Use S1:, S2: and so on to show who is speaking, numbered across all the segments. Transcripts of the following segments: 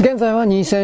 S1: 現在は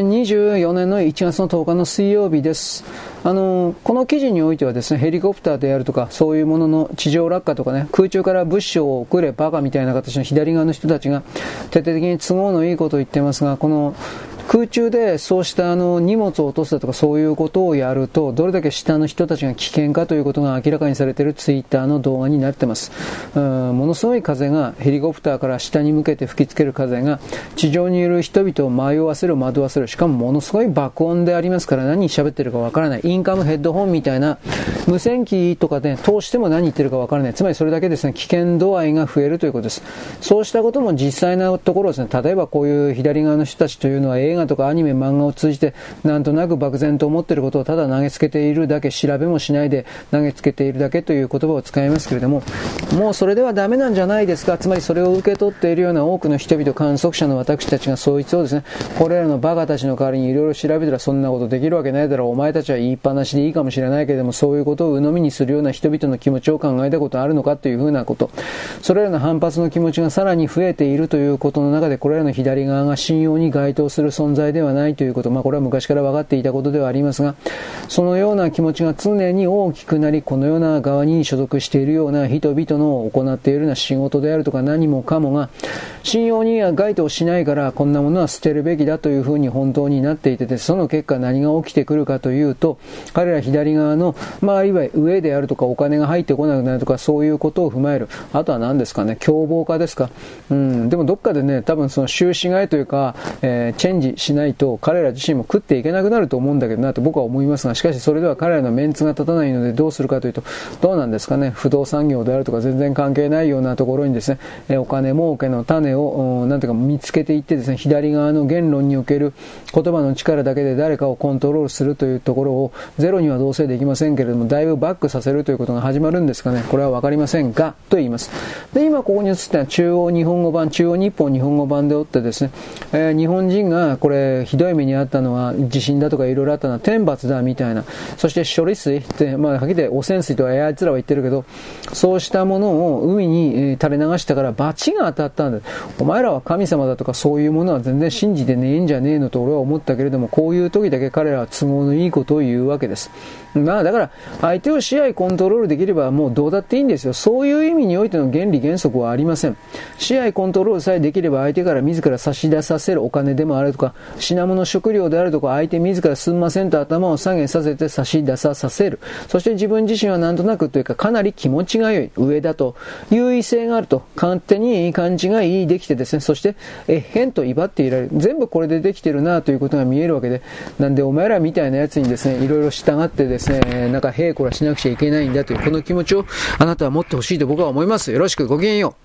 S1: 2024年の1月の10日の水曜日です。この記事においてはですね、ヘリコプターであるとか、そういうものの地上落下とかね、空中から物資を送れバカみたいな形の左側の人たちが徹底的に都合のいいことを言ってますが、この空中でそうした荷物を落とすだとかそういうことをやるとどれだけ下の人たちが危険かということが明らかにされているツイッターの動画になっています。ものすごい風がヘリコプターから下に向けて吹きつける風が地上にいる人々を迷わせる惑わせる、しかもものすごい爆音でありますから何喋ってるかわからない。インカムヘッドホンみたいな無線機とかで通しても何言ってるかわからない。つまりそれだけですね、危険度合いが増えるということです。そうしたことも実際のところですね、例えばこういう左側の人たちというのは映画とかアニメ漫画を通じてなんとなく漠然と思っていることをただ投げつけているだけ、調べもしないで投げつけているだけという言葉を使いますけれども、もうそれではダメなんじゃないですか。つまりそれを受け取っているような多くの人々、観測者の私たちがそいつをですね、これらのバカたちの代わりにいろいろ調べたらそんなことできるわけないだろう、お前たちは言いっぱなしでいいかもしれないけれども、そういうことを鵜呑みにするような人々の気持ちを考えたことあるのかというふうなこと、それらの反発の気持ちがさらに増えているということの中で、これらの左側が信用に該当する存在ではないということ、これは昔から分かっていたことではありますが、そのような気持ちが常に大きくなり、このような側に所属しているような人々の行っているような仕事であるとか何もかもが信用には該当しないから、こんなものは捨てるべきだというふうに本当になっていて、その結果何が起きてくるかというと、彼ら左側のいわゆる上であるとかお金が入ってこなくなるとかそういうことを踏まえる。あとは何ですかね、凶暴化ですか。でもどっかでね、多分その収支買いというか、チェンジしないと彼ら自身も食っていけなくなると思うんだけどなと僕は思いますが、しかしそれでは彼らのメンツが立たないのでどうするかというと、どうなんですかね、不動産業であるとか全然関係ないようなところにですね、お金儲けの種をなんていうか見つけていってですね、左側の言論における言葉の力だけで誰かをコントロールするというところをゼロにはどうせできませんけれども、だいぶバックさせるということが始まるんですかね。これはわかりませんがと言います。で、今ここに映ってのは中央日本語版、中央日報日本語版でおってですね、日本人がこれひどい目にあったのは地震だとかいろいろあったのは天罰だみたいな、そして処理水って、はっきり言って汚染水とかあいつらは言ってるけど、そうしたものを海に垂れ流したから罰が当たったんだ。お前らは神様だとかそういうものは全然信じてねえんじゃねえのと俺は思ったけれども、こういう時だけ彼らは都合のいいことを言うわけです。だから相手を支配コントロールできればもうどうだっていいんですよ。そういう意味においての原理原則はありません。支配コントロールさえできれば相手から自ら差し出させるお金でもあるとか品物食料であるとか、相手自らすんませんと頭を下げさせて差し出させる。そして自分自身はなんとなくというかかなり気持ちが良い上だと優位性があると勝手に勘違いできてですね、そして変と威張っていられる。全部これでできてるなということが見えるわけで、なんでお前らみたいなやつにですねいろいろ従ってですね、なんかへいこらしなくちゃいけないんだというこの気持ちをあなたは持ってほしいと僕は思います。よろしく、ごきげんよう。